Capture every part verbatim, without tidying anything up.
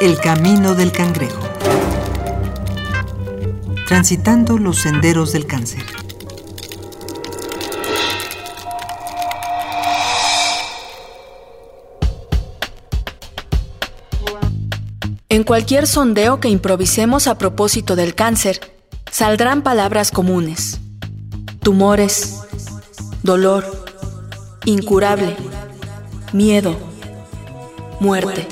El camino del cangrejo. Transitando los senderos del cáncer. En cualquier sondeo que improvisemos a propósito del cáncer, saldrán palabras comunes: tumores, dolor, incurable, miedo, muerte.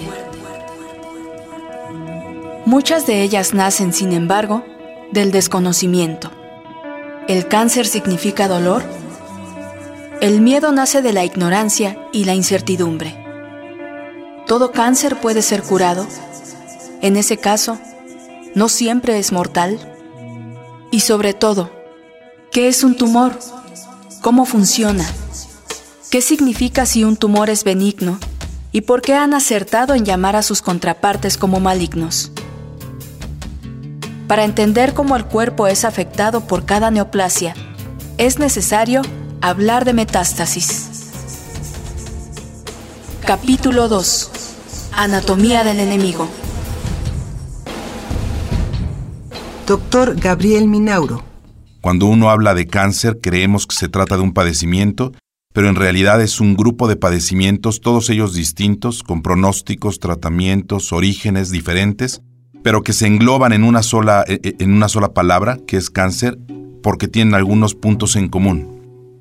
Muchas de ellas nacen, sin embargo, del desconocimiento. ¿El cáncer significa dolor? El miedo nace de la ignorancia y la incertidumbre. ¿Todo cáncer puede ser curado? En ese caso, ¿no siempre es mortal? Y sobre todo, ¿qué es un tumor? ¿Cómo funciona? ¿Qué significa si un tumor es benigno? ¿Y por qué han acertado en llamar a sus contrapartes como malignos? Para entender cómo el cuerpo es afectado por cada neoplasia, es necesario hablar de metástasis. Capítulo dos. Anatomía del enemigo. Doctor Gabriel Minauro. Cuando uno habla de cáncer, creemos que se trata de un padecimiento, pero en realidad es un grupo de padecimientos, todos ellos distintos, con pronósticos, tratamientos, orígenes diferentes, pero que se engloban en una sola, en una sola palabra, que es cáncer, porque tienen algunos puntos en común.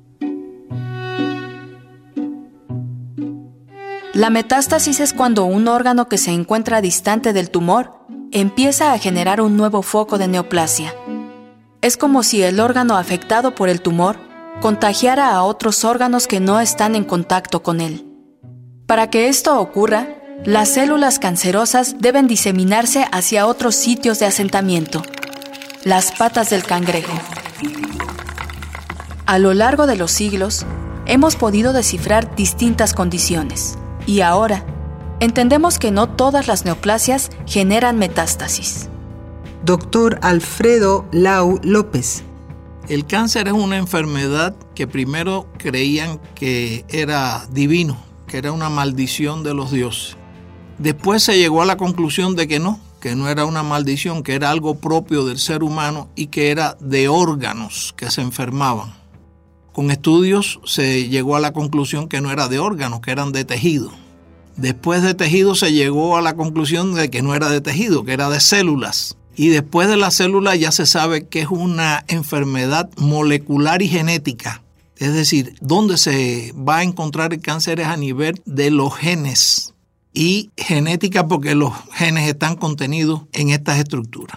La metástasis es cuando un órgano que se encuentra distante del tumor empieza a generar un nuevo foco de neoplasia. Es como si el órgano afectado por el tumor contagiara a otros órganos que no están en contacto con él. Para que esto ocurra, las células cancerosas deben diseminarse hacia otros sitios de asentamiento, las patas del cangrejo. A lo largo de los siglos, hemos podido descifrar distintas condiciones, y ahora entendemos que no todas las neoplasias generan metástasis. Doctor Alfredo Lau López. El cáncer es una enfermedad que primero creían que era divino, que era una maldición de los dioses. Después se llegó a la conclusión de que no, que no era una maldición, que era algo propio del ser humano y que era de órganos que se enfermaban. Con estudios se llegó a la conclusión que no era de órganos, que eran de tejido. Después de tejido se llegó a la conclusión de que no era de tejido, que era de células. Y después de las células ya se sabe que es una enfermedad molecular y genética. Es decir, donde se va a encontrar el cáncer es a nivel de los genes. Y genética porque los genes están contenidos en estas estructuras.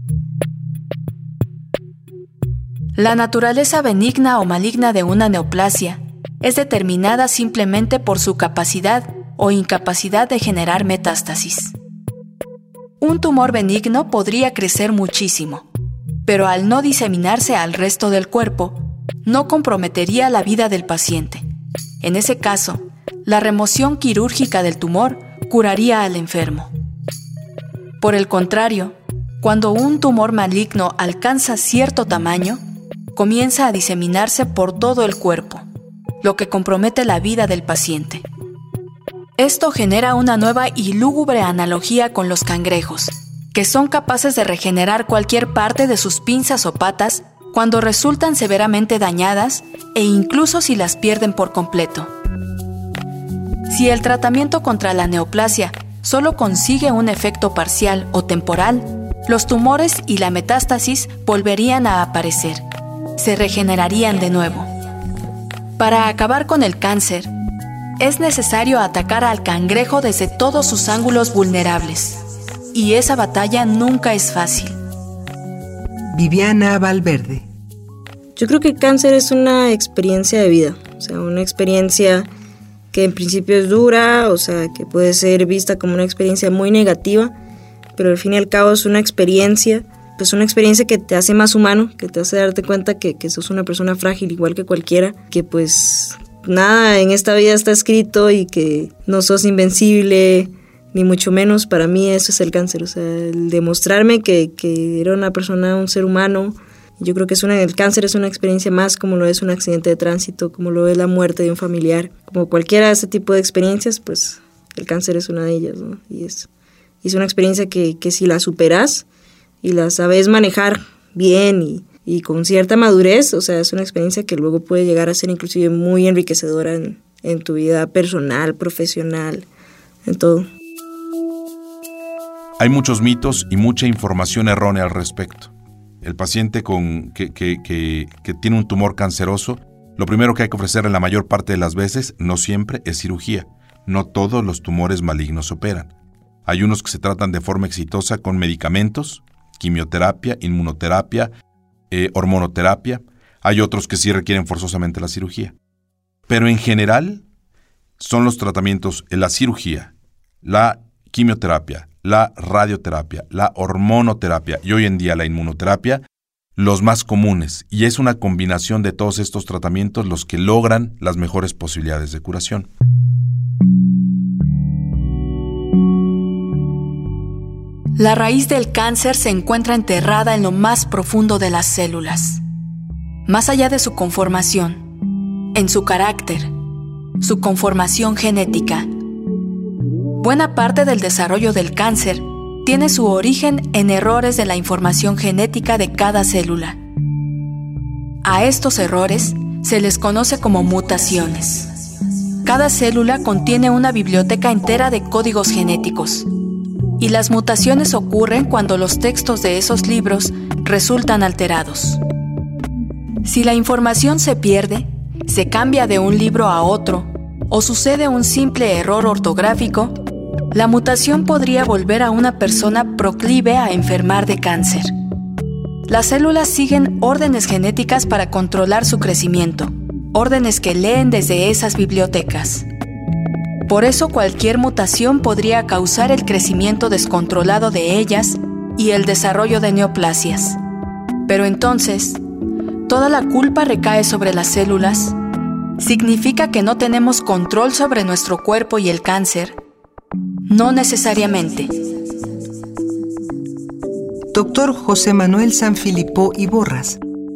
La naturaleza benigna o maligna de una neoplasia es determinada simplemente por su capacidad o incapacidad de generar metástasis. Un tumor benigno podría crecer muchísimo, pero al no diseminarse al resto del cuerpo, no comprometería la vida del paciente. En ese caso, la remoción quirúrgica del tumor curaría al enfermo. Por el contrario, cuando un tumor maligno alcanza cierto tamaño, comienza a diseminarse por todo el cuerpo, lo que compromete la vida del paciente. Esto genera una nueva y lúgubre analogía con los cangrejos, que son capaces de regenerar cualquier parte de sus pinzas o patas cuando resultan severamente dañadas e incluso si las pierden por completo. Si el tratamiento contra la neoplasia solo consigue un efecto parcial o temporal, los tumores y la metástasis volverían a aparecer. Se regenerarían de nuevo. Para acabar con el cáncer, es necesario atacar al cangrejo desde todos sus ángulos vulnerables. Y esa batalla nunca es fácil. Viviana Valverde. Yo creo que el cáncer es una experiencia de vida, o sea, una experiencia que en principio es dura, o sea, que puede ser vista como una experiencia muy negativa, pero al fin y al cabo es una experiencia, pues una experiencia que te hace más humano, que te hace darte cuenta que, que sos una persona frágil igual que cualquiera, que pues nada en esta vida está escrito y que no sos invencible, ni mucho menos. Para mí eso es el cáncer, o sea, el demostrarme que, que era una persona, un ser humano. Yo creo que es una, el cáncer es una experiencia más como lo es un accidente de tránsito, como lo es la muerte de un familiar. Como cualquiera de ese tipo de experiencias, pues el cáncer es una de ellas, ¿no? Y es, Y es una experiencia que, que si la superas y la sabes manejar bien y, y con cierta madurez, o sea, es una experiencia que luego puede llegar a ser inclusive muy enriquecedora en, en tu vida personal, profesional, en todo. Hay muchos mitos y mucha información errónea al respecto. El paciente con, que, que, que, que tiene un tumor canceroso, lo primero que hay que ofrecerle la mayor parte de las veces, no siempre, es cirugía. No todos los tumores malignos operan. Hay unos que se tratan de forma exitosa con medicamentos, quimioterapia, inmunoterapia, eh, hormonoterapia. Hay otros que sí requieren forzosamente la cirugía. Pero en general son los tratamientos, la cirugía, la quimioterapia, la radioterapia, la hormonoterapia y hoy en día la inmunoterapia, los más comunes, y es una combinación de todos estos tratamientos los que logran las mejores posibilidades de curación. La raíz del cáncer se encuentra enterrada en lo más profundo de las células, más allá de su conformación, en su carácter, su conformación genética. Buena parte del desarrollo del cáncer tiene su origen en errores de la información genética de cada célula. A estos errores se les conoce como mutaciones. Cada célula contiene una biblioteca entera de códigos genéticos, y las mutaciones ocurren cuando los textos de esos libros resultan alterados. Si la información se pierde, se cambia de un libro a otro, o sucede un simple error ortográfico, la mutación podría volver a una persona proclive a enfermar de cáncer. Las células siguen órdenes genéticas para controlar su crecimiento, órdenes que leen desde esas bibliotecas. Por eso cualquier mutación podría causar el crecimiento descontrolado de ellas y el desarrollo de neoplasias. Pero entonces, ¿toda la culpa recae sobre las células? ¿Significa que no tenemos control sobre nuestro cuerpo y el cáncer? No necesariamente. Doctor José Manuel Sanfilippo y Borras.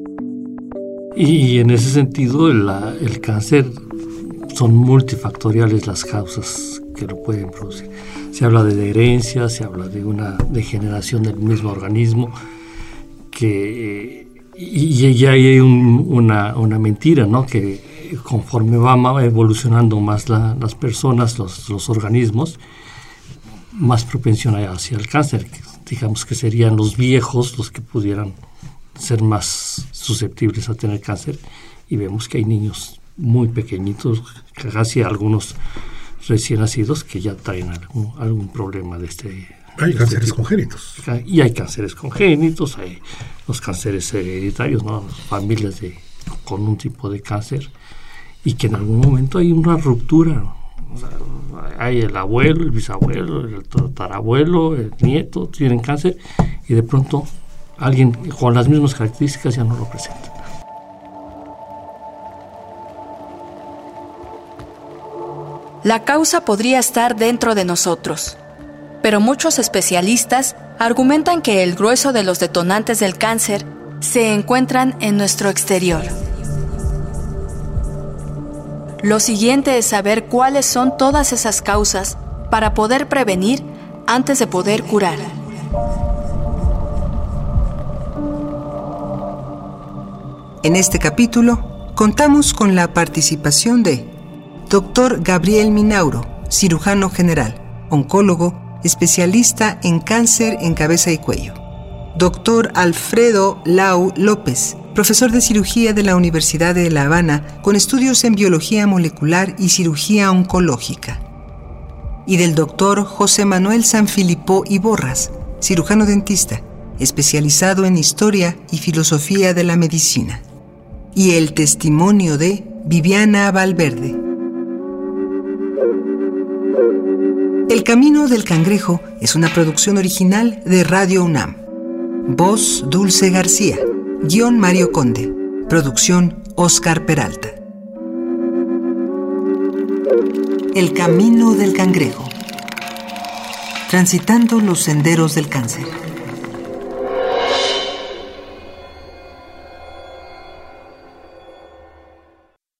Y en ese sentido, el, el cáncer son multifactoriales las causas que lo pueden producir. Se habla de herencia, se habla de una degeneración del mismo organismo, que, y, y hay un, una, una mentira, ¿no? Que conforme va evolucionando más la, las personas, los, los organismos, más propensión hay hacia el cáncer. Digamos que serían los viejos los que pudieran ser más susceptibles a tener cáncer, y vemos que hay niños muy pequeñitos, casi algunos recién nacidos, que ya traen algún, algún problema de este tipo. Hay cánceres congénitos. Y hay cánceres congénitos, hay los cánceres hereditarios, ¿no? Familias de, con un tipo de cáncer, y que en algún momento hay una ruptura. O sea, hay el abuelo, el bisabuelo, el tatarabuelo, el nieto, tienen cáncer, y de pronto alguien con las mismas características ya no lo presenta. La causa podría estar dentro de nosotros, pero muchos especialistas argumentan que el grueso de los detonantes del cáncer se encuentran en nuestro exterior. Lo siguiente es saber cuáles son todas esas causas para poder prevenir antes de poder curar. En este capítulo contamos con la participación de Doctor Gabriel Minauro, cirujano general, oncólogo, especialista en cáncer en cabeza y cuello. Doctor Alfredo Lau López, profesor de cirugía de la Universidad de La Habana, con estudios en biología molecular y cirugía oncológica. Y del doctor José Manuel Sanfilippo y Borras, cirujano dentista, especializado en historia y filosofía de la medicina. Y el testimonio de Viviana Valverde. El Camino del Cangrejo es una producción original de Radio UNAM. Voz Dulce García. Guión Mario Conde. Producción Oscar Peralta. El Camino del Cangrejo. Transitando los senderos del cáncer.